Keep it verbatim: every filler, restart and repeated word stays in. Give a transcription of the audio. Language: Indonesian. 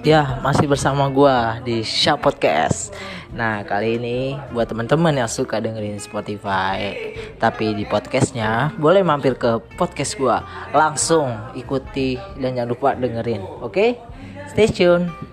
Ya, masih bersama gua di Syah Podcast. Nah, kali ini buat teman-teman yang suka dengerin Spotify, tapi di podcastnya boleh mampir ke podcast gua. Langsung ikuti dan jangan lupa dengerin. Oke? Stay tune.